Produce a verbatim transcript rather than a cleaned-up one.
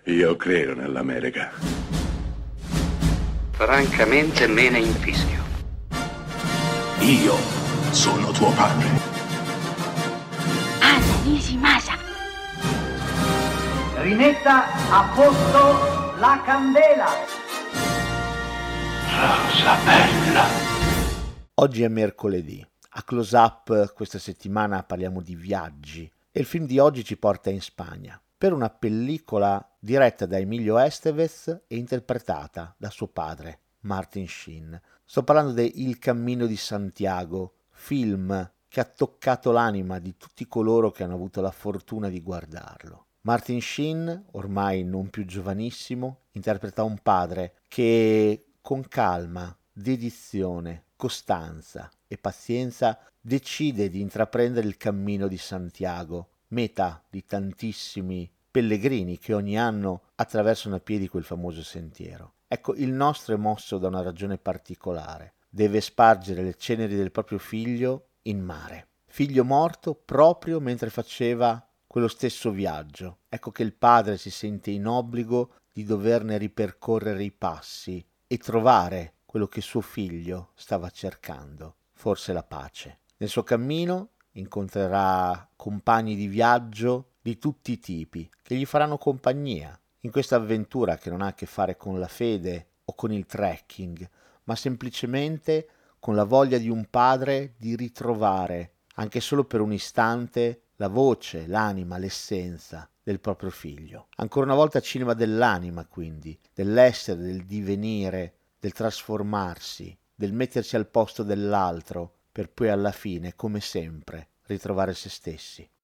Io credo nell'America. Francamente me ne infischio. Io sono tuo padre. Anna Nishimasa. Rimetta a posto la candela. Rosa bella. Oggi è mercoledì. A Close Up questa settimana parliamo di viaggi e il film di oggi ci porta in Spagna per una pellicola diretta da Emilio Estevez e interpretata da suo padre, Martin Sheen. Sto parlando di Il Cammino di Santiago, film che ha toccato l'anima di tutti coloro che hanno avuto la fortuna di guardarlo. Martin Sheen, ormai non più giovanissimo, interpreta un padre che con calma, dedizione, costanza e pazienza decide di intraprendere il Cammino di Santiago, meta di tantissimi pellegrini che ogni anno attraversano a piedi quel famoso sentiero. Ecco, il nostro è mosso da una ragione particolare. Deve spargere le ceneri del proprio figlio in mare. Figlio morto proprio mentre faceva quello stesso viaggio. Ecco che il padre si sente in obbligo di doverne ripercorrere i passi e trovare quello che suo figlio stava cercando, forse la pace. Nel suo cammino incontrerà compagni di viaggio di tutti i tipi che gli faranno compagnia in questa avventura che non ha a che fare con la fede o con il trekking, ma semplicemente con la voglia di un padre di ritrovare, anche solo per un istante, la voce, l'anima, l'essenza del proprio figlio. Ancora una volta cinema dell'anima, quindi, dell'essere, del divenire, del trasformarsi, del mettersi al posto dell'altro, per poi alla fine, come sempre, ritrovare se stessi.